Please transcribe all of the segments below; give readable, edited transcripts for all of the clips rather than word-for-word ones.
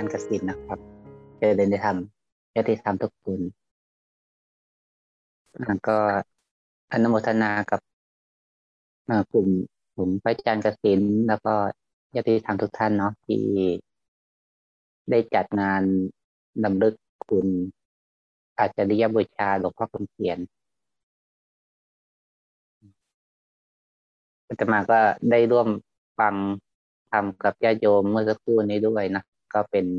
ารย์กสิณนะครับเจริญธรรมญาติธรรมทุกคนแล้วก็อนุโมทนากับกลุ่มผมพระอาจารย์กสิณแล้วก็ญาติธรรมทุกท่านเนาะที่ได้จัดงานรำลึกคุณอาจาริยบูชาหลวงพ่อคำเขียนอาตมาก็ได้ร่วมฟังธรรมกับญาติโยมเมื่อสักครู่นี้ด้วยนะก็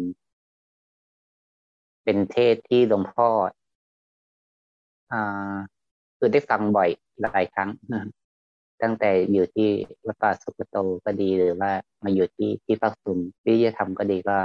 เป็นเทศที่หลวงพ่ออ่าคือได้ฟังบ่อยหลายครั้งตั้งแต่อยู่ที่วัดป่าสุกโตก็ดีหรือว่ามาอยู่ที่ภาคภูมิวิทยาธรรมก็ดีก็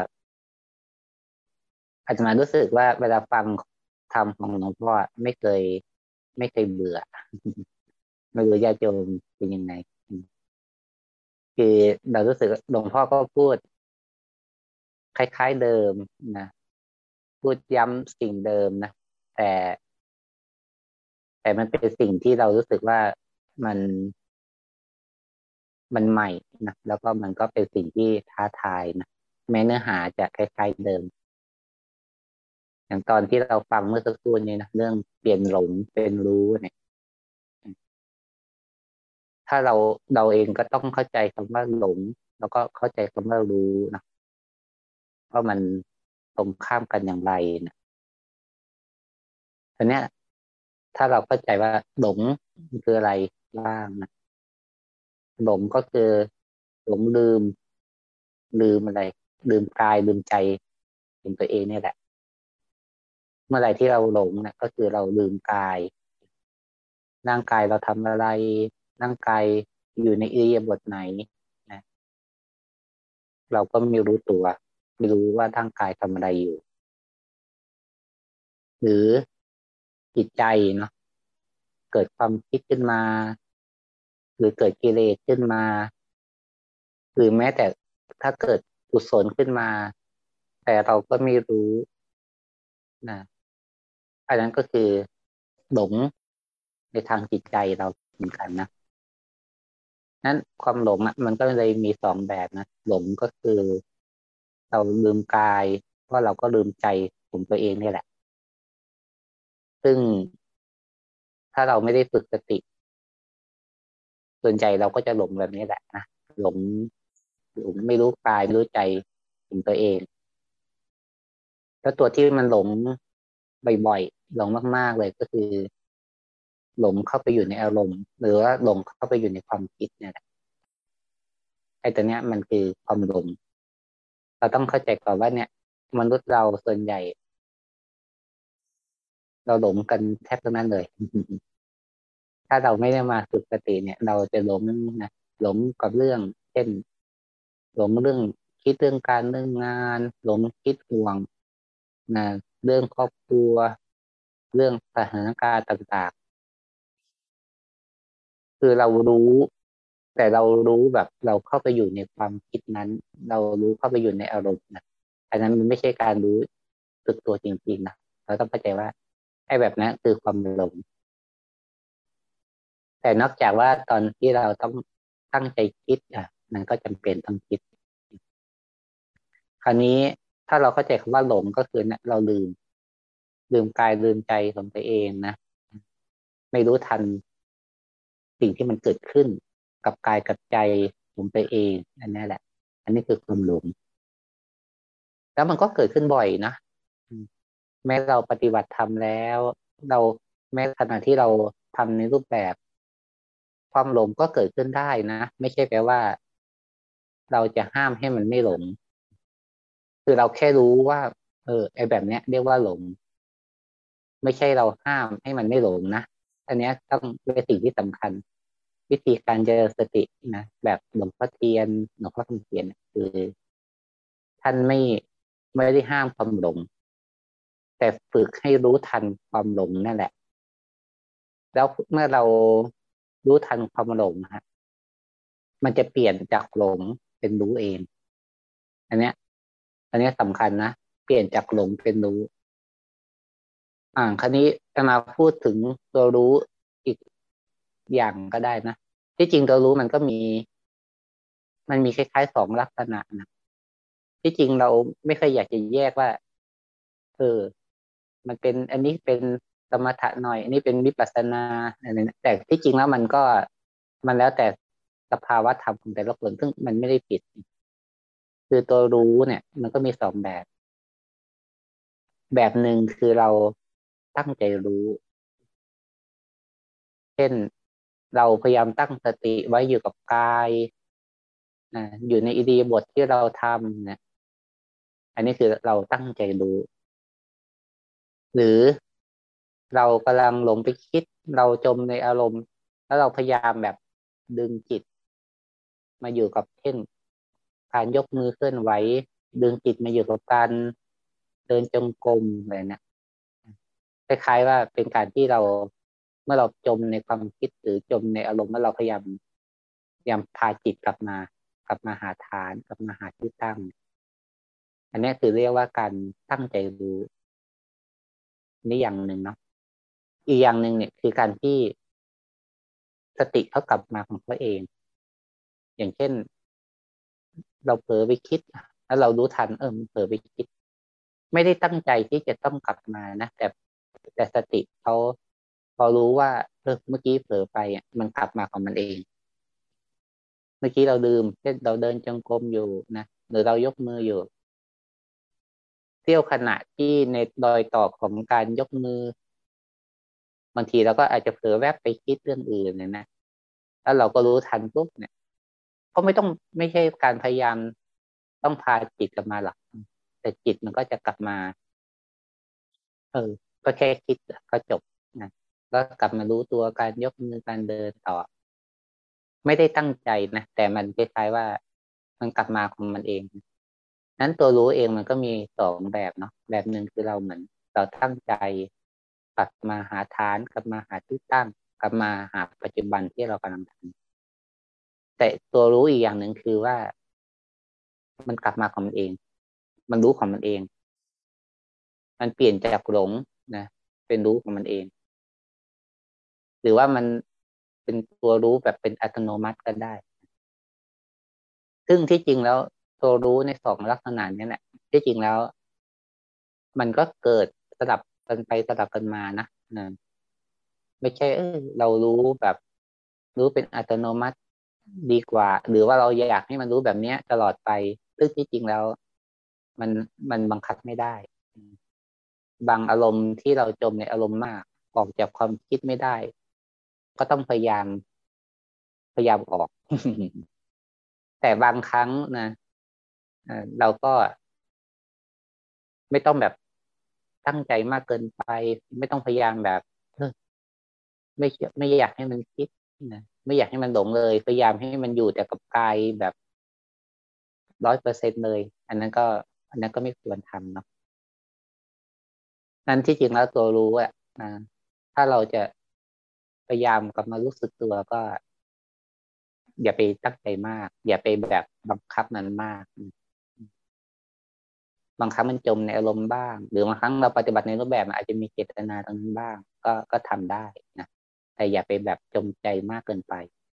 อาตมารู้สึกว่าเวลาฟังธรรมของหลวงพ่อไม่เคยเบื่อไม่รู้ญาติโยมเป็นยังไงคือเรารู้สึกหลวงพ่อก็พูดคล้ายๆเดิมนะพูดย้ำสิ่งเดิมนะแต่แต่มันเป็นสิ่งที่เรารู้สึกว่ามันมันใหม่นะแล้วก็มันก็เป็นสิ่งที่ท้าทายนะแม้เนื้อหาจะคล้ายๆเดิมอย่างตอนที่เราฟังเมื่อสักครู่นี้นะเรื่องเปลี่ยนหลงเป็นรู้เนี่ยถ้าเราเองก็ต้องเข้าใจคำว่าหลงแล้วก็เข้าใจคำว่ารู้นะว่ามันตรงข้ามกันอย่างไรนะทีเนี้ยถ้าเราเข้าใจว่าหลงมันคืออะไรบ้างนะหลงก็คือหลงลืมอะไรลืมกายลืมใจเป็นตัวเองเนี่ยแหละเมื่อไหร่ที่เราหลงนะก็คือเราลืมกายร่างกายเราทำอะไรร่างกายอยู่ในอิริยาบถไหนนะเราก็ไม่รู้ตัวไม่รู้ว่าร่างกายทำอะไรอยู่หรือจิตใจเนาะเกิดความคิดขึ้นมาหรือเกิดกิเลสขึ้นมาหรือแม้แต่ถ้าเกิดกุศลขึ้นมาแต่เราก็ไม่รู้นะอันนั้นก็คือหลงในทางจิตใจเราเหมือนกันนะนั้นความหลงอ่ะมันก็เลยมีสองแบบนะหลงก็คือเราลืมกายเพราะเราก็ลืมใจของตัวเองนี่แหละซึ่งถ้าเราไม่ได้ฝึกสติส่วนใหญ่เราก็จะหลงแบบนี้แหละนะหลงหลงไม่รู้กายไม่รู้ใจของตัวเองแล้วตัวที่มันหลงบ่อยๆหลงมากๆเลยก็คือหลงเข้าไปอยู่ในอารมณ์หรือว่าหลงเข้าไปอยู่ในความคิดเนี่ยแหละไอ้ตัวเนี้ยมันคือความหลงเราต้องเข้าใจก่อนว่าเนี่ยมนุษย์เราส่วนใหญ่เราหลงกันแทบทั้งนั้นเลยถ้าเราไม่ได้มาฝึกสติเนี่ยเราจะหลงนะหลงกับเรื่องเช่นหลงเรื่องคิดเรื่องการเรื่องงานหลงคิดห่วงนะเรื่องครอบครัวเรื่องสถานการณ์ต่างๆคือเรารู้แต่เรารู้แบบเราเข้าไปอยู่ในความคิดนั้นเรารู้เข้าไปอยู่ในอารมณ์นะอันนั้นมันไม่ใช่การรู้สึกตัวจริงๆนะเราต้องเข้าใจว่าไอ้แบบนั้นคือความหลงแต่นอกจากว่าตอนที่เราต้องตั้งใจคิดอ่ะมันก็จำเป็นต้องคิดคราวนี้ถ้าเราเข้าใจคำว่าหลงก็คือเนี่ยเราลืมกายลืมใจของตัวเองนะไม่รู้ทันสิ่งที่มันเกิดขึ้นกับกายกับใจของตัวเองอันนี้แหละอันนี้คือความหลงแล้วมันก็เกิดขึ้นบ่อยนะอืมแม้เราปฏิบัติธรรมแล้วเราแม้ขณะที่เราทำในรูปแบบความหลงก็เกิดขึ้นได้นะไม่ใช่แปลว่าเราจะห้ามให้มันไม่หลงคือเราแค่รู้ว่าไอ้แบบเนี้ยเรียกว่าหลงไม่ใช่เราห้ามให้มันไม่หลงนะอันเนี้ยต้องเป็นสิ่งที่สำคัญวิธีการเจริญสตินะแบบหลวงพ่อเทียนหลวงพ่อคำเขียนเนี่ยคือท่านไม่ได้ห้ามความหลงแต่ฝึกให้รู้ทันความหลงนั่นแหละแล้วเมื่อเรารู้ทันความหลงฮะมันจะเปลี่ยนจากหลงเป็นรู้เองอันเนี้ยอันเนี้ยสำคัญนะเปลี่ยนจากหลงเป็นรู้คราวนี้จะมาพูดถึงตัวรู้อีกอย่างก็ได้นะที่จริงตัวรู้มันก็มีคล้ายๆสองลักษณะนะที่จริงเราไม่เคยอยากจะแยกว่าเออมันเป็นอันนี้เป็นสมถะหน่อยอันนี้เป็นวิปัสสนาอะไรนะแต่ที่จริงแล้วมันก็มันแล้วแต่สภาวะธรรมของแต่ละคนซึ่งมันไม่ได้ผิดคือตัวรู้เนี่ยมันก็มีสองแบบแบบหนึ่งคือเราตั้งใจรู้เช่นเราพยายามตั้งสติไว้อยู่กับกายนะอยู่ในอิริยาบถที่เราทำนะอันนี้คือเราตั้งใจรู้หรือเรากำลังหลงไปคิดเราจมในอารมณ์แล้วเราพยายามแบบดึงจิตมาอยู่กับเช่นการยกมือเคลื่อนไหวดึงจิตมาอยู่กับการเดินจงกรมอะไรเนี่ยคล้ายๆว่าเป็นการที่เราเมื่อเราจมในความคิดหรือจมในอารมณ์แล้วเราพยายามพาจิตกลับมาหาฐานกลับมาหาที่ตั้งอันนี้คือเรียกว่าการตั้งใจรู้นี่อย่างหนึ่งเนาะอีกอย่างหนึ่งเนี่ยคือการที่สติเขากลับมาของเขาเองอย่างเช่นเราเผลอไปคิดแล้วเรารู้ทันมันเผลอไปคิดไม่ได้ตั้งใจที่จะต้องกลับมานะแต่สติเขาพอรู้ว่าเมื่อกี้เผลอไปมันกลับมาของมันเองเมื่อกี้เราลืมเช่นเราเดินจงกรมอยู่นะหรือเรายกมืออยู่เที่ยวขณะที่ในรอยต่อของการยกมือบางทีเราก็อาจจะเผลอแวบไปคิดเรื่องอื่นเนี่ยนะแล้วเราก็รู้ทันปุ๊บเนี่ยก็ไม่ใช่การพยายามต้องพาจิตกลับมาหรอกแต่จิตมันก็จะกลับมาเออก็แค่คิดก็จบนะแล้วกลับมารู้ตัวการยกมือการเดินต่อไม่ได้ตั้งใจนะแต่มันคล้ายๆว่ามันกลับมาของมันเองนั้นตัวรู้เองมันก็มีสองแบบเนาะแบบหนึ่งคือเราเหมือนเราตั้งใจกลับมาหาฐานกลับมาหาที่ตั้งกลับมาหาปัจจุบันที่เรากำลังทำแต่ตัวรู้อีกอย่างหนึ่งคือว่ามันกลับมาของมันเองมันรู้ของมันเองมันเปลี่ยนจากหลงนะเป็นรู้ของมันเองหรือว่ามันเป็นตัวรู้แบบเป็นอัตโนมัติก็ได้ซึ่งที่จริงแล้วตัวรู้ในสองลักษณะนี้แหละที่จริงแล้วมันก็เกิดสลับกันไปสลับกันมานะไม่ใช่เรารู้แบบรู้เป็นอัตโนมัติดีกว่าหรือว่าเราอยากให้มันรู้แบบเนี้ยตลอดไปซึ่งที่จริงแล้วมันมันบังคับไม่ได้บางอารมณ์ที่เราจมในอารมณ์มากออกจากความคิดไม่ได้ก็ต้องพยายามออก แต่บางครั้งนะเราก็ไม่ต้องแบบตั้งใจมากเกินไปไม่ต้องพยายามแบบเออไม่อยากให้มันคิดนะไม่อยากให้มันหลงเลยพยายามให้มันอยู่แต่กับกายแบบ100%เลยอันนั้นก็ไม่ควรทำเนาะนั่นที่จริงแล้วตัวรู้อ่ะถ้าเราจะพยายามกลับมารู้สึกตัวก็อย่าไปตั้งใจมากอย่าไปแบบบังคับมันมากบางครั้งมันจมในอารมณ์บ้างหรือบางครั้งเราปฏิบัติในรูปแบบมันอาจจะมีเจตนาตรงนั้นบ้างก็ทำได้นะแต่อย่าไปแบบจงใจมากเกินไป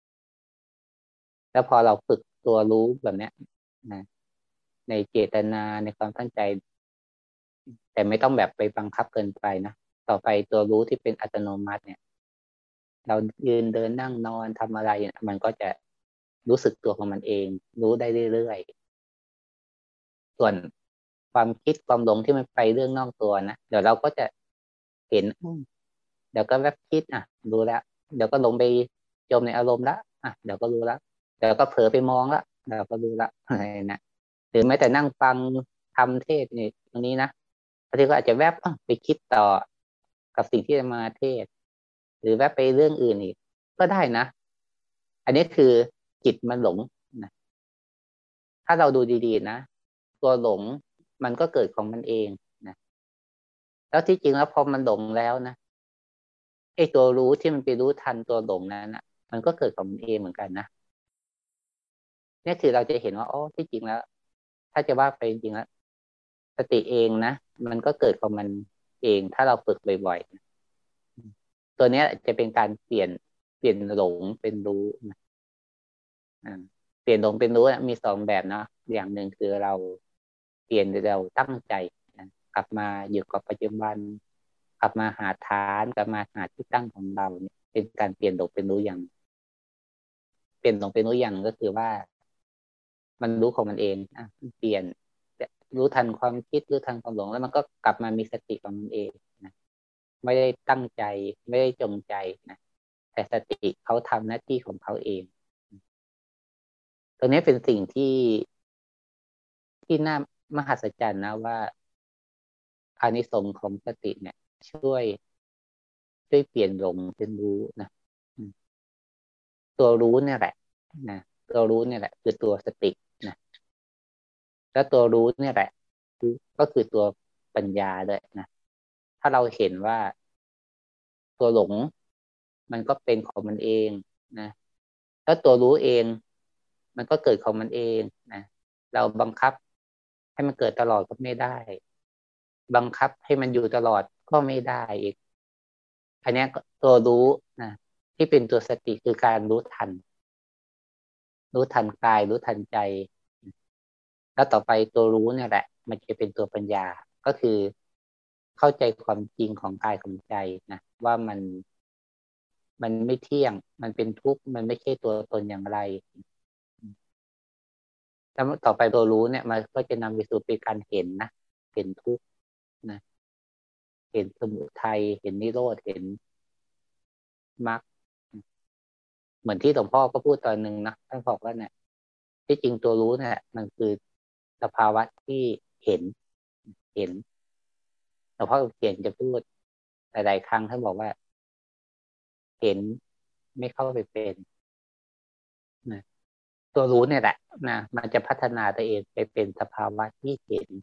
แล้วพอเราฝึกตัวรู้แบบเนี้ยนะในเจตนาในความตั้งใจแต่ไม่ต้องแบบไปบังคับเกินไปนะต่อไปตัวรู้ที่เป็นอัตโนมัติเนี่ยเรายืนเดินนั่งนอนทำอะไรเนี่ยมันก็จะรู้สึกตัวของมันเองรู้ได้เรื่อยๆส่วนความคิดความหลงที่มันไปเรื่องนอกตัวนะเดี๋ยวเราก็จะเห็นเดี๋ยวก็แวบคิดรู้แล้วเดี๋ยวก็ลงไปจมในอารมณ์ละเดี๋ยวก็รู้แล้วเดี๋ยวก็เผลอไปมองละเดี๋ยวก็รู้ละอะไรนะหรือแม้แต่นั่งฟังทำเทศนี่ตรงนี้นะบางทีก็อาจจะแวบไปคิดต่อกับสิ่งที่จะมาเทศหรือแวบไปเรื่องอื่นอีกก็ได้นะอันนี้คือจิตมันหลงนะถ้าเราดูดีๆนะตัวหลงมันก็เกิดของมันเองนะแล้วที่จริงแล้วพอมันหลงแล้วนะไอ้ตัวรู้ที่มันไปรู้ทันตัวหลงนั้นมันก็เกิดของมันเองเหมือนกันนะเนี่ยคือเราจะเห็นว่าอ๋อที่จริงแล้วถ้าจะว่าไปจริงๆแล้วสติเองนะมันก็เกิดของมันเองถ้าเราฝึกบ่อยๆตัวเนี้ยจะเป็นการเปลี่ยนหลงเป็นรู้นะอ่าเปลี่ยนหลงเป็นรู้มีสองแบบเนาะอย่างหนึ่งคือเราลี่ยนเราตั้งใจนะกลับมาอยู่กับปัจจุบันกลับมาหาฐานกลับมาหาที่ตั้งของเราเนี่ยเป็นการเปลี่ยนหลงเป็นรู้อย่างเปลี่ยนหลงเป็นรู้อย่างก็คือว่ามันรู้ของมันเองเปลี่ยนรู้ทันความคิดรู้ทันความหลงแล้วมันก็กลับมามีสติของมันเองนะไม่ได้ตั้งใจไม่ได้จงใจนะแต่สติเขาทำหน้าที่ของเขาเองตัวนี้เป็นสิ่งที่น่ามหัศจรรย์นะว่าอานิสงส์ของสติเนี่ยช่วยเปลี่ยนหลงเป็นรู้นะตัวรู้เนี่ยแหละนะตัวรู้เนี่ยแหละคือตัวสตินะแล้วตัวรู้เนี่ยแหละก็คือตัวปัญญาด้วยนะถ้าเราเห็นว่าตัวหลงมันก็เป็นของมันเองนะแล้วตัวรู้เองมันก็เกิดของมันเองนะเราบังคับให้มันเกิดตลอดก็ไม่ได้บังคับให้มันอยู่ตลอดก็ไม่ได้อีกอันนี้ตัวรู้นะที่เป็นตัวสติคือการรู้ทันกายรู้ทันใจแล้วต่อไปตัวรู้เนี่ยแหละมันจะเป็นตัวปัญญาก็คือเข้าใจความจริงของกายของใจนะว่ามันไม่เที่ยงมันเป็นทุกข์มันไม่ใช่ตัวตนอย่างไรแล้วต่อไปตัวรู้เนี่ยมันก็จะนำไปสู่เป็นการเห็นนะเห็นทุกข์นะเห็นสมุทัยเห็นนิโรธเห็นมรรคเหมือนที่หลวงพ่อก็พูดตอนหนึ่งนะท่านบอกว่าเนี่ยที่จริงตัวรู้เนี่ยมันคือสภาวะที่เห็นเห็นหลวงพ่อเขียนจะพูดหลายๆครั้งท่านบอกว่าเห็นไม่เข้าไปเป็นนะตัวรู้เนี่ยแหละนะมันจะพัฒนาตัวเองไปเป็นสภาวะที่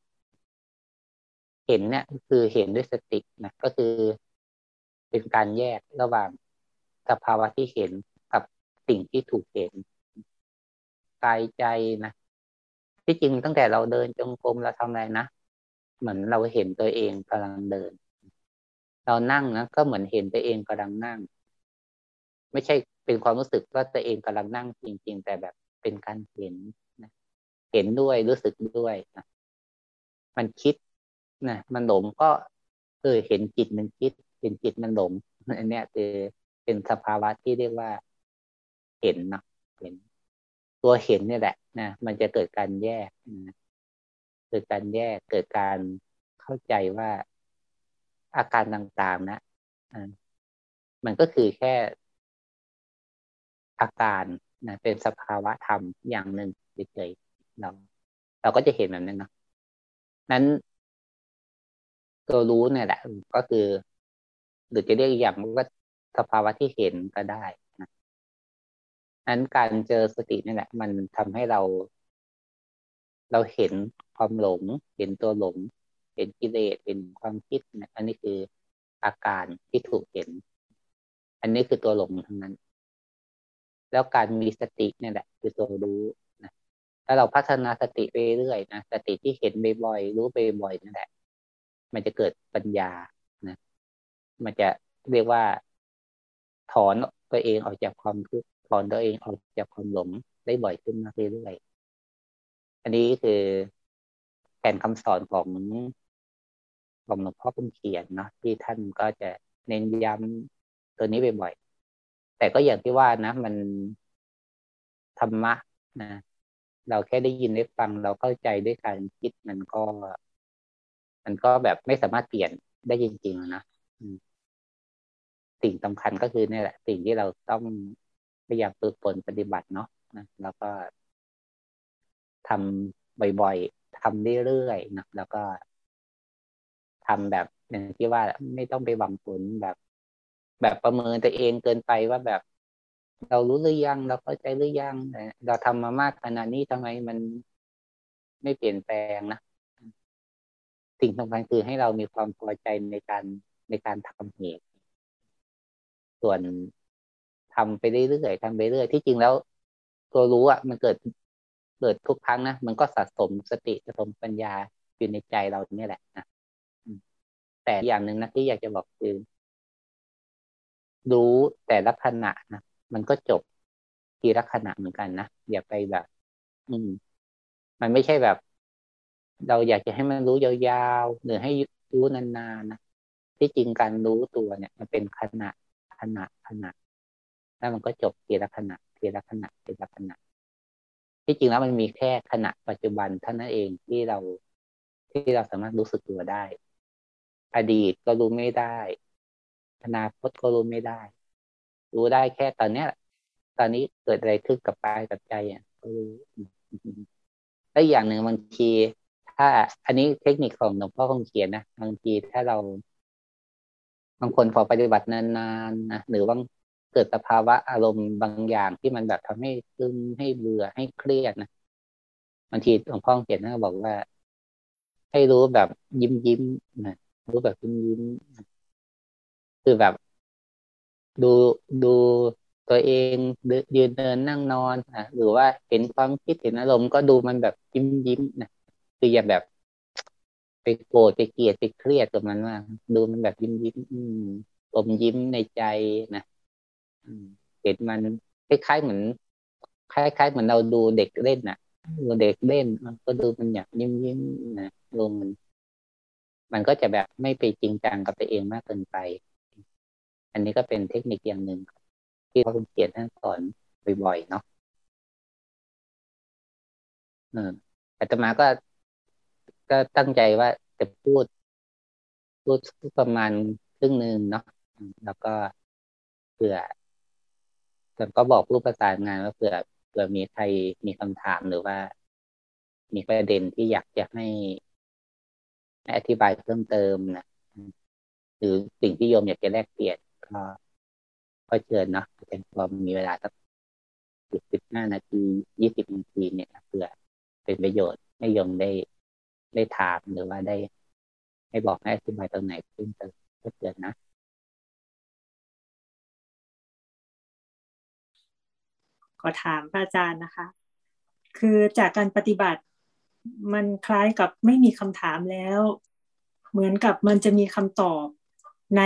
เห็นเนี่ยคือเห็นด้วยสตินะก็คือเป็นการแยกระหว่างสภาวะที่เห็นกับสิ่งที่ถูกเห็นกายใจนะที่จริงตั้งแต่เราเดินจงกรมเราทำอะไรนะเหมือนเราเห็นตัวเองกำลังเดินเรานั่งนะก็เหมือนเห็นตัวเองกำลังนั่งไม่ใช่เป็นความรู้สึกว่าตัวเองกำลังนั่งจริงๆแต่แบบเป็นการเห็นนะเห็นด้วยรู้สึกด้วยนะมันคิดนะมันหลงก็เห็นจิตมันคิดเห็นจิตมันหลงอันเนี้ยคือเป็นสภาวะที่เรียกว่าเห็นนะเห็นตัวเห็นเนี่ยแหละนะมันจะเกิดการแยกนะเกิดการแยกเกิดการเข้าใจว่าอาการต่างๆนะอ่ามันก็คือแค่อาการนะเป็นสภาวะธรรมอย่างหนึ่งเฉยๆเราก็จะเห็นแบบนั้นเนาะนั้นตัวรู้เนี่ยแหละก็คือหรือจะเรียกอีกอย่างว่าสภาวะที่เห็นก็ได้นะนั้นการเจอสตินี่แหละมันทำให้เราเห็นความหลงเห็นตัวหลงเห็นกิเลสเห็นความคิดนะอันนี้คืออาการที่ถูกเห็นอันนี้คือตัวหลงทั้งนั้นแล้วการมีสติเนี่ยแหละคือตัวรู้นะถ้าเราพัฒนาสติไปเรื่อยนะสติที่เห็นบ่อยๆรู้ไปบ่อยนั่นแหละมันจะเกิดปัญญานะมันจะเรียกว่าถอนตัวเองออกจากความทุกข์ถอนตัวเองออกจากความหลงได้บ่อยขึ้นมากเรื่อยๆอันนี้คือแก่นคำสอนของหลวงพ่อคำเขียนเนาะที่ท่านก็จะเน้นย้ำตัวนี้บ่อยๆแต่ก็อย่างที่ว่านะมันธรรมะนะเราแค่ได้ยินได้ฟังเราเข้าใจด้วยการคิดมันก็แบบไม่สามารถเปลี่ยนได้จริงๆนะอืมสิ่งสำคัญก็คือเนี่ยแหละสิ่งที่เราต้องพยายามฝึกฝนปฏิบัติเนาะนะแล้วก็ทำบ่อยๆทำเรื่อยๆนะแล้วก็ทำแบบอย่างที่ว่าไม่ต้องไปหวังผลแบบประเมินตัวเองเกินไปว่าแบบเรารู้หรือยังเราเข้าใจหรือยังเราทำมามากขนาดนี้ทำไมมันไม่เปลี่ยนแปลงนะสิ่งสำคัญคือให้เรามีความพอใจในการทำเหตุส่วนทำไปเรื่อยๆทำไปเรื่อยที่จริงแล้วตัวรู้อ่ะมันเกิดทุกครั้งนะมันก็สะสมสติสะสมปัญญาอยู่ในใจเราเนี่ยแหละนะอืมแต่อย่างหนึ่งนะที่อยากจะบอกคือรู้แต่ละขณะนะมันก็จบทีละขณะเหมือนกันนะอย่าไปแบบอืมมันไม่ใช่แบบเราอยากจะให้มันรู้ยาวๆหรือให้รู้นานๆนะที่จริงการรู้ตัวเนี่ยมันเป็นขณะแล้วมันก็จบทีละขณะทีละขณะทีละขณะที่จริงแล้วมันมีแค่ขณะปัจจุบันเท่านั้นเองที่เราสามารถรู้สึกตัวได้อดีตก็รู้ไม่ได้อนาคตก็รู้ไม่ได้รู้ได้แค่ตอนเนี้ยตอนนี้เกิดอะไรขึ้นกับกายกับใจอ่ะก็รู้และอย่างหนึ่งบางทีถ้าอันนี้เทคนิคของหลวงพ่อคงเขียนนะบางทีถ้าเราบางคนพอปฏิบัตินานๆนะหรือบางเกิดสภาวะอารมณ์บางอย่างที่มันแบบทำให้ซึมให้เบื่อให้เครียดนะบางทีหลวงพ่อเขียนนะบอกว่าให้รู้แบบยิ้มนะรู้แบบยิ้มคือแบบ ดูดูตัวเองยืนเดินนั่งนอนหรือว่าเห็นความคิดเห็นอารมณ์ก็ดูมันแบบยิ้มนะคืออย่าแบบไปโกรธไปเกลียดไปเครียดกับมันมากดูมันแบบยิ้มอมยิ้มในใจนะอืมเห็นมันคล้ายๆเหมือนคล้ายๆเหมือนเราดูเด็กเล่นน่ะดูเด็กเล่นก็ดูมันอยากยิ้มนะลงมันก็จะแบบไม่ไปจริงจังกับตัวเองมากเกินไปอันนี้ก็เป็นเทคนิคอย่างหนึ่งที่เขาเขียนท่านสอนบ่อยๆเนาะเอออาตมาก็ตั้งใจว่าจะพูดประมาณครึ่งหนึ่งเนาะแล้วก็เผื่อแต่ก็บอกผู้ประสานงานว่าเผื่อมีใครมีคำถามหรือว่ามีประเด็นที่อยากจะให้อธิบายเพิ่มเติมนะหรือสิ่งที่โยมอยากจะแลกเปลี่ยนก็เชิญเนาะอาจารย์พอมีเวลาสัก15 นาที20 นาทีเนี่ยเผื่อเป็นประโยชน์ให้โยมได้ถามหรือว่าได้ให้บอกให้อธิบายตรงไหนเพิ่มเติมก็เชิญนะขอถามพระอาจารย์นะคะคือจากการปฏิบัติมันคล้ายกับไม่มีคำถามแล้วเหมือนกับมันจะมีคำตอบใน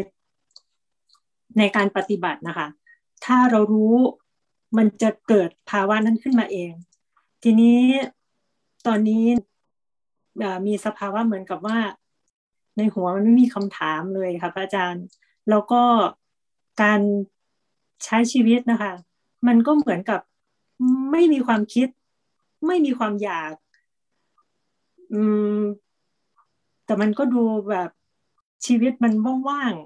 ในการปฏิบัตินะคะถ้าเรารู้มันจะเกิดภาวะนั้นขึ้นมาเองทีนี้ตอนนี้มีสภาวะเหมือนกับว่าในหัวมันไม่มีคำถามเลยค่ะพระอาจารย์แล้วก็การใช้ชีวิตนะคะมันก็เหมือนกับไม่มีความคิดไม่มีความอยากอืมแต่มันก็ดูแบบชีวิตมันว่าง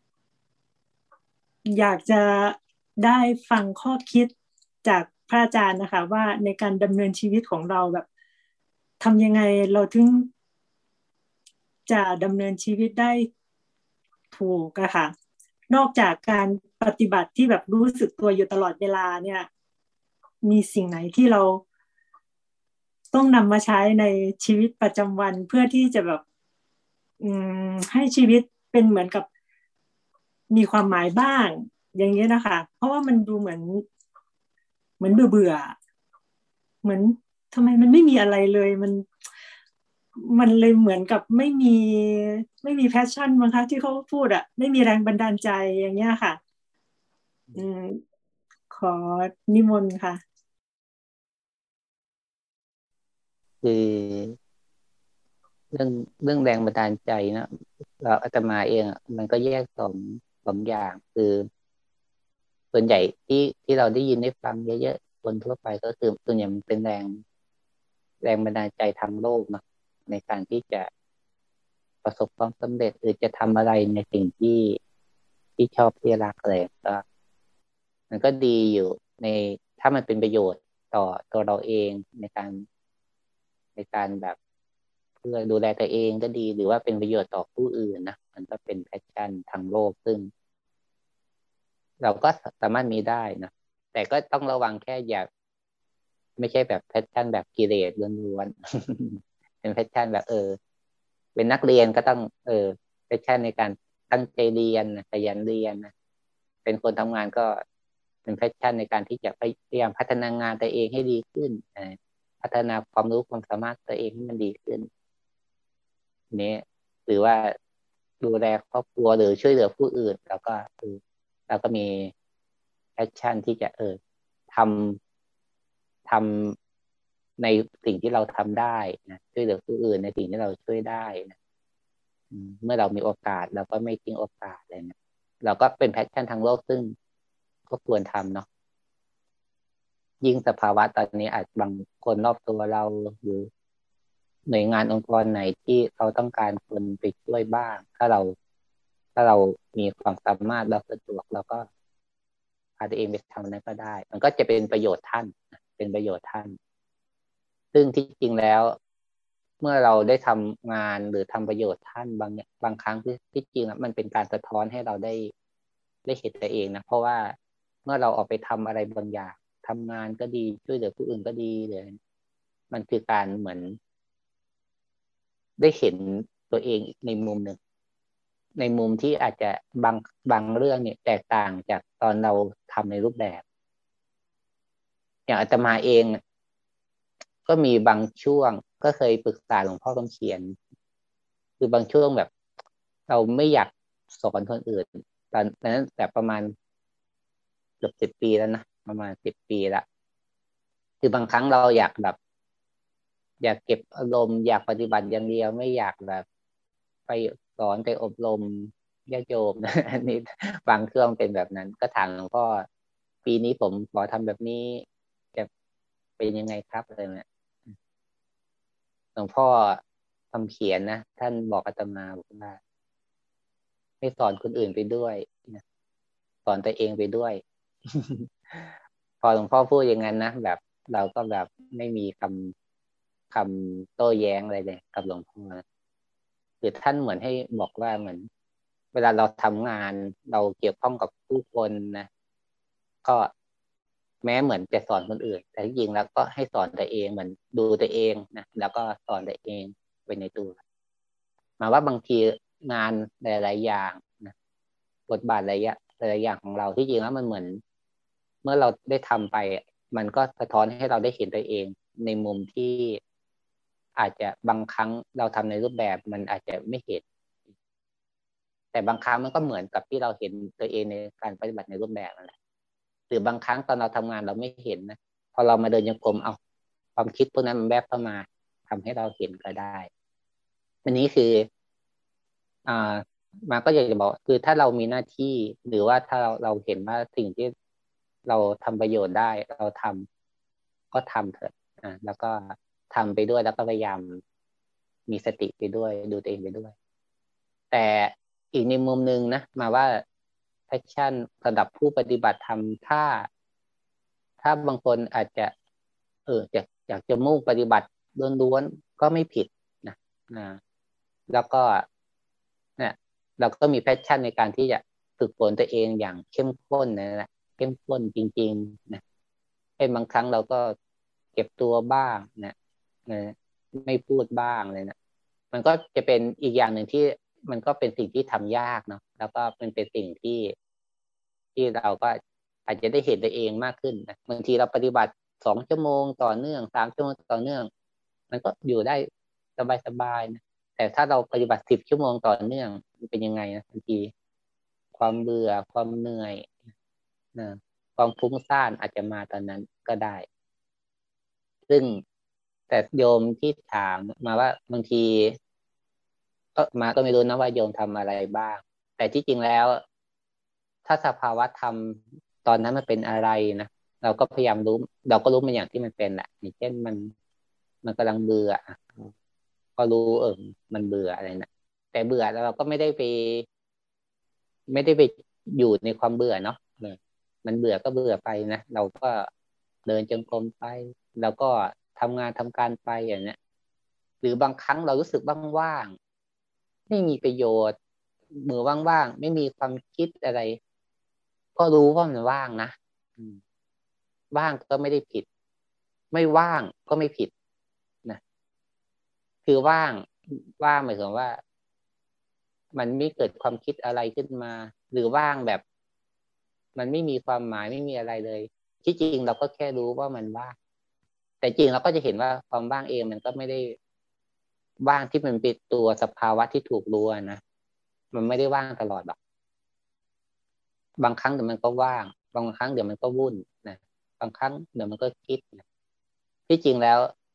ๆอยากจะได้ฟังข้อคิดจากพระอาจารย์นะคะว่าในการดำเนินชีวิตของเราแบบทำยังไงเราถึงจะดำเนินชีวิตได้ถูกอะค่ะนอกจากการปฏิบัติที่แบบรู้สึกตัวอยู่ตลอดเวลาเนี่ยมีสิ่งไหนที่เราต้องนำมาใช้ในชีวิตประจำวันเพื่อที่จะแบบให้ชีวิตเป็นเหมือนกับมีความหมายบ้างอย่างนี้ยนะคะเพราะว่ามันดูเหมือนเบื่อเหมือนทำไมมันไม่มีอะไรเลยมันเลยเหมือนกับไม่มีแพชชั่นมั้งคะที่เขาพูดอะไม่มีแรงบันดาลใจอย่างเงี้ยค่ะอืมขอนิมนต์ค่ะคือเรื่องเรื่องแรงบันดาลใจนะเราอาตมาเองมันก็แยกสองอย่างคือส่วนใหญ่ที่เราได้ยินได้ฟังเยอะๆคนทั่วไปก็คือส่วนใหญ่มันเป็นแรงบันดาลใจทางโลกเนาะในการที่จะประสบความสำเร็จหรือจะทำอะไรในสิ่งที่ชอบที่รักอะไรก็มันก็ดีอยู่ในถ้ามันเป็นประโยชน์ต่อตัวเราเองในการแบบเพื่อดูแลตัวเองก็ดีหรือว่าเป็นประโยชน์ต่อผู้อื่นนะมันก็เป็นแพชชั่นทางโลกซึ่งเราก็สามารถมีได้นะแต่ก็ต้องระวังแค่อย่าไม่ใช่แบบแพชชั่นแบบกิเลสล้วนๆเป็นแพชชั่นแบบเป็นนักเรียนก็ต้องแพชชั่นในการตั้งใจเรียนขยันเรียนนะเป็นคนทำงานก็เป็นแพชชั่นในการที่จะพยายามพัฒนางานตัวเองให้ดีขึ้นพัฒนาความรู้ความสามารถตัวเองให้มันดีขึ้นนี้หรือว่าดูแลครอบครัวหรือช่วยเหลือผู้อื่นแล้วก็เราก็มีแพชชั่นที่จะทำในสิ่งที่เราทำได้นะช่วยเหลือผู้อื่นในสิ่งที่เราช่วยได้นะเมื่อเรามีโอกาสเราก็ไม่ทิ้งโอกาสอะไรนะเราก็เป็นแพชชั่นทางโลกซึ่งก็ควรทำเนาะยิ่งสภาวะตอนนี้อาจบางคนรอบตัวเราหรือหน่วยงานองค์กรไหนที่เขาต้องการคนไปช่วยบ้างถ้าเรามีความสามารถเราสะดวกเราก็พาตัวเองไปทำนั้นก็ได้มันก็จะเป็นประโยชน์ท่านเป็นประโยชน์ท่านซึ่งที่จริงแล้วเมื่อเราได้ทำงานหรือทำประโยชน์ท่านบางครั้งที่จริงแล้วมันเป็นการสะท้อนให้เราได้เห็นตัวเองนะเพราะว่าเมื่อเราออกไปทำอะไรบางอย่างทำงานก็ดีช่วยเหลือผู้อื่นก็ดีเลยมันคือการเหมือนได้เห็นตัวเองในมุมหนึ่งในมุมที่อาจจะบางบางเรื่องเนี่ยแตกต่างจากตอนเราทำในรูปแบบอย่างอาตมาเองก็มีบางช่วงก็เคยปรึกษาหลวงพ่อคำเขียนคือบางช่วงแบบเราไม่อยากสอนคนอื่นตอนนั้นแบบประมาณเกือบ10 ปีแล้วนะประมาณ10 ปีละคือบางครั้งเราอยากแบบอยากเก็บอารมณ์อยากปฏิบัติอย่างเดียวไม่อยากแบบไปสอนไปอบรมญาติโยมนะอันนี้บางเครื่องเป็นแบบนั้นก็ถามหลวงพ่อปีนี้ผมขอทำแบบนี้จะเป็นยังไงครับอะไรเนี่ยหลวงพ่อทำเขียนนะท่านบอกอาตมาบอกว่าให้สอนคนอื่นไปด้วยนะสอนตัวเองไปด้วยพอหลวงพ่อพูดอย่างนั้นนะแบบเราก็แบบไม่มีคำโต้แย้งอะไรเลยกับหลวงพ่อนะคือท่านเหมือนให้บอกว่าเหมือนเวลาเราทำงานเราเกี่ยวข้องกับผู้คนนะก็แม้เหมือนจะสอนคนอื่นแต่ที่จริงแล้วก็ให้สอนตัวเองเหมือนดูตัวเองนะแล้วก็สอนตัวเองไปในตัวหมายว่าบางทีงานหลายๆอย่างนะบทบาทหลายอย่างของเราที่จริงแล้วมันเหมือนเมื่อเราได้ทำไปมันก็สะท้อนให้เราได้เห็นตัวเองในมุมที่อาจจะบางครั้งเราทำในรูปแบบมันอาจจะไม่เห็นแต่บางครั้งมันก็เหมือนกับที่เราเห็นตัวเองในการปฏิบัติในรูปแบบนั่นแหละหรือบางครั้งตอนเราทำงานเราไม่เห็นนะพอเรามาเดินโยกรมเอาความคิดพวกนั้นมันแวบเข้ามาทำให้เราเห็นก็ได้อันนี้คืออ่ามาก็อยากจะบอกคือถ้าเรามีหน้าที่หรือว่าถ้าเราเห็นว่าสิ่งที่เราทำประโยชน์ได้เราทำก็ทำเถอะแล้วก็ทำไปด้วยแล้วก็พยายามมีสติไปด้วยดูตัวเองไปด้วยแต่อีกในมุมหนึ่งนะมาว่าแพชชั่นสำหรับผู้ปฏิบัติธรรมถ้าบางคนอาจจะอยากจะมุ่งปฏิบัติล้วนๆก็ไม่ผิดนะนะแล้วก็เนี่ยเราก็มีแพชชั่นในการที่จะฝึกฝนตัวเองอย่างเข้มข้นนะเข้มข้นจริงๆนะเป็นบางครั้งเราก็เก็บตัวบ้างนะไม่พูดบ้างเลยนะมันก็จะเป็นอีกอย่างหนึ่งที่มันก็เป็นสิ่งที่ทำยากเนาะแล้วก็เป็นสิ่งที่เราก็อาจจะได้เห็นตัวเองมากขึ้นนะบางทีเราปฏิบัติ2 ชั่วโมงต่อเนื่อง3 ชั่วโมงต่อเนื่องมันก็อยู่ได้สบายๆนะแต่ถ้าเราปฏิบัติ10 ชั่วโมงต่อเนื่องมันเป็นยังไงนะบางทีความเบื่อความเหนื่อยนะความฟุ้งซ่านอาจจะมาตอนนั้นก็ได้ซึ่งแต่โยมที่ถามมาว่าบางทีก็ไม่รู้นะว่าโยมทำอะไรบ้างแต่ที่จริงแล้วถ้าสภาวะธรรมตอนนั้นมันเป็นอะไรนะเราก็พยายามรู้เราก็รู้มันอย่างที่มันเป็นแหละอย่างเช่นมันกำลังเบื่อก็รู้มันเบื่ออะไรนะแต่เบื่อแล้วเราก็ไม่ได้ไปอยู่ในความเบื่อเนาะมันเบื่อก็เบื่อไปนะเราก็เดินจงกรมไปแล้วก็ทำงานทำการไปอย่างเนี้ยหรือบางครั้งเรารู้สึกว่างๆไม่มีประโยชน์มือว่างๆไม่มีความคิดอะไรก็รู้ว่ามันว่างนะอืมว่างก็ไม่ได้ผิดไม่ว่างก็ไม่ผิดนะคือว่างหมายถึงว่า มันไม่เกิดความคิดอะไรขึ้นมาหรือว่างแบบมันไม่มีความหมายไม่มีอะไรเลยที่จริงเราก็แค่รู้ว่ามันว่างแต่จริงเราก็จะเห็นว่าความว่างเองมันก็ไม่ได้ว่างที่มันเป็นตัวสภาวะที่ถูกรู้นะมันไม่ได้ว่างตลอดหรอกบางครั้งเดี๋ยวมันก็ว่างบางครั้งเดี๋ยวมันก็วุ่นนะบางครั้งเดี๋ยวมันก็คิดนะที่จริงแล้ว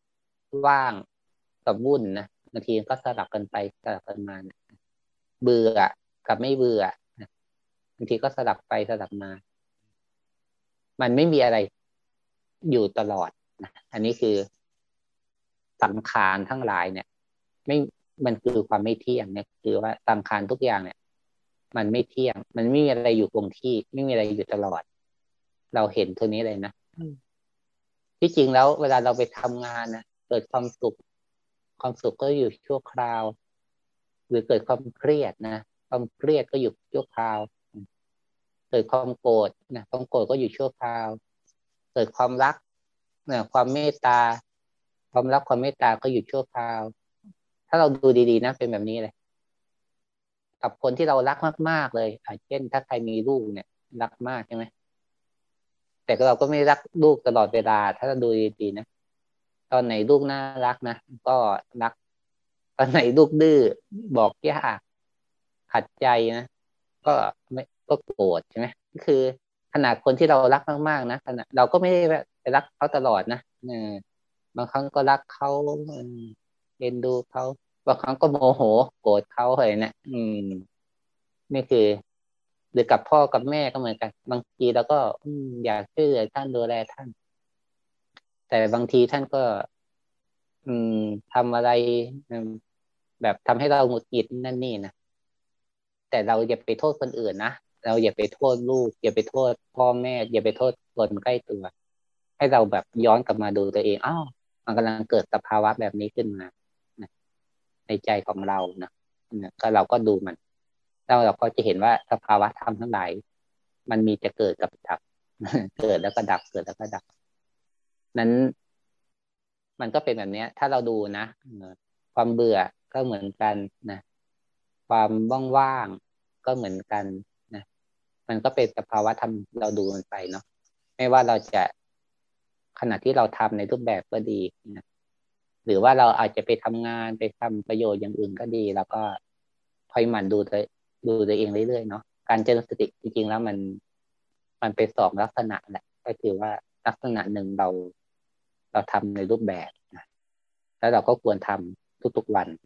ว่างกับวุ่นนะบางทีก็สลับกันไปสลับกันมานะเบื่อกับไม่เบื่อนะบางทีก็สลับไปสลับมามันไม่มีอะไรอยู่ตลอดนะอันนี้คือสังขารทั้งหลายเนี่ยไม่มันคือความไม่เที่ยงเนี่ยคือว่าสังขารทุกอย่างเนี่ยมันไม่เที่ยงมันไม่มีอะไรอยู่คงที่ไม่มีอะไรอยู่ตลอดเราเห็นตัวนี้เลยนะที่จริงแล้วเวลาเราไปทำงานนะเกิดความสุขก็อยู่ชั่วคราวหรือเกิดความเครียดนะความเครียดก็อยู่ชั่วคราวเกิดความโกรธนะความโกรธก็อยู่ชั่วคราวเกิดความรักนะความเมตตาความรักความเมตตาก็อยู่ชั่วคราวถ้าเราดูดีๆนะเป็นแบบนี้เลยกับคนที่เรารักมากๆเลยเช่นถ้าใครมีลูกเนี่ยรักมากใช่ไหมแต่เราก็ไม่รักลูกตลอดเวลาถ้าเราดูดีๆนะตอนไหนลูกน่ารักนะก็รักตอนไหนลูกดื้อบอกยากขัดใจนะก็ไม่ก็โกรธใช่ไหมคือขนาดคนที่เรารักมากๆนะขนาดเราก็ไม่ได้ไปรักเขาตลอดนะบางครั้งก็รักเขาเอ็นดูเขาบางครั้งก็โมโหโกรธเขาอะไรเนี่ยนี่คือหรือกับพ่อกับแม่ก็เหมือนกันบางทีเราก็อยากช่วยเหลือท่านดูแลท่านแต่บางทีท่านก็อืมทำอะไรอืมแบบทำให้เราหงุดหงิดนั่นนี่นะแต่เราอย่าไปโทษคนอื่นนะเราอย่าไปโทษลูกอย่าไปโทษพ่อแม่อย่าไปโทษคนใกล้ตัวให้เราแบบย้อนกลับมาดูตัวเองอ้าวมันกำลังเกิดสภาวะแบบนี้ขึ้นมานะในใจของเรานะก็เราก็ดูมันแล้วเราก็จะเห็นว่าสภาวะธรรมทั้งหลายมันมีจะเกิดกับดับเกิดแล้วก็ดับเกิดแล้วก็ดับนั้นมันก็เป็นแบบนี้ถ้าเราดูนะความเบื่อก็เหมือนกันนะความว่างๆก็เหมือนกันนะมันก็เป็นสภาวะธรรมเราดูมันไปเนาะไม่ว่าเราจะขณะที่เราทำในรูปแบบก็ดีนะหรือว่าเราอาจจะไปทำงานไปทำประโยชน์อย่างอื่นก็ดีแล้วก็คอยหมั่นดูตัวเองเรื่อยๆเนาะการเจริญสติจริงๆแล้วมันเป็นสองลักษณะแหละก็คือว่าลักษณะหนึ่งเราทำในรูปแบบนะแล้วเราก็ควรทำทุกๆวัน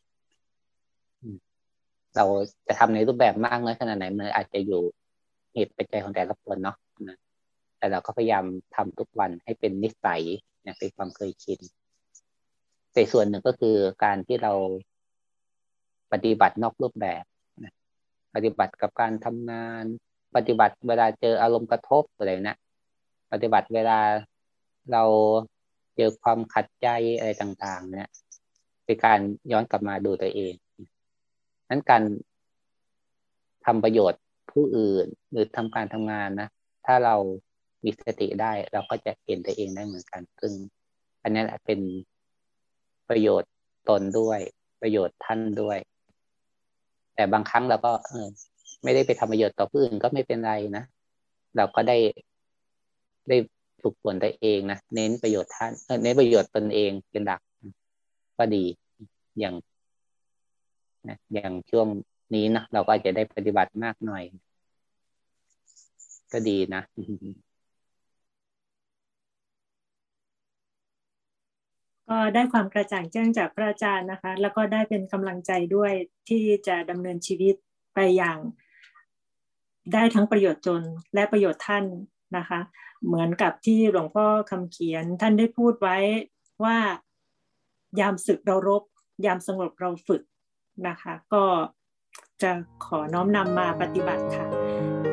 เราจะทำในรูปแบบมากน้อยขนาดไหนมันอาจจะอยู่เหตุปัจจัยของแต่ละคนเนาะนะแต่เราก็พยายามทำทุกวันให้เป็นนิสัยนะเป็นความเคยชินแต่ส่วนหนึ่งก็คือการที่เราปฏิบัตินอกรูปแบบนะปฏิบัติกับการทำงานปฏิบัติเวลาเจออารมณ์กระทบอะไรนะปฏิบัติเวลาเราเจอความขัดใจอะไรต่างๆเนี่ยเป็นการย้อนกลับมาดูตัวเองนั้นการทำประโยชน์ผู้อื่นหรือทำการทำงานนะถ้าเรามีสติได้เราก็จะเห็นตัวเองได้เหมือนกันซึ่งอันนี้แหละเป็นประโยชน์ตนด้วยประโยชน์ท่านด้วยแต่บางครั้งเราก็ไม่ได้ไปทำประโยชน์ต่อผู้อื่นก็ไม่เป็นไรนะเราก็ได้ฝึกฝนตัวเองนะเน้นประโยชน์ท่านเน้นประโยชน์ตนเองเป็นหลักก็ดีอย่างอย่างช่วงนี้นะเราก็จะได้ปฏิบัติมากหน่อยก็ดีนะก็ได้ความกระจ่างแจ้งจากพระอาจารย์นะคะแล้วก็ได้เป็นกำลังใจด้วยที่จะดำเนินชีวิตไปอย่างได้ทั้งประโยชน์ตนและประโยชน์ท่านนะคะเหมือนกับที่หลวงพ่อคำเขียนท่านได้พูดไว้ว่ายามศึกเรารบยามสงบเราฝึกนะคะก็จะขอน้อมนำมาปฏิบัติค่ะ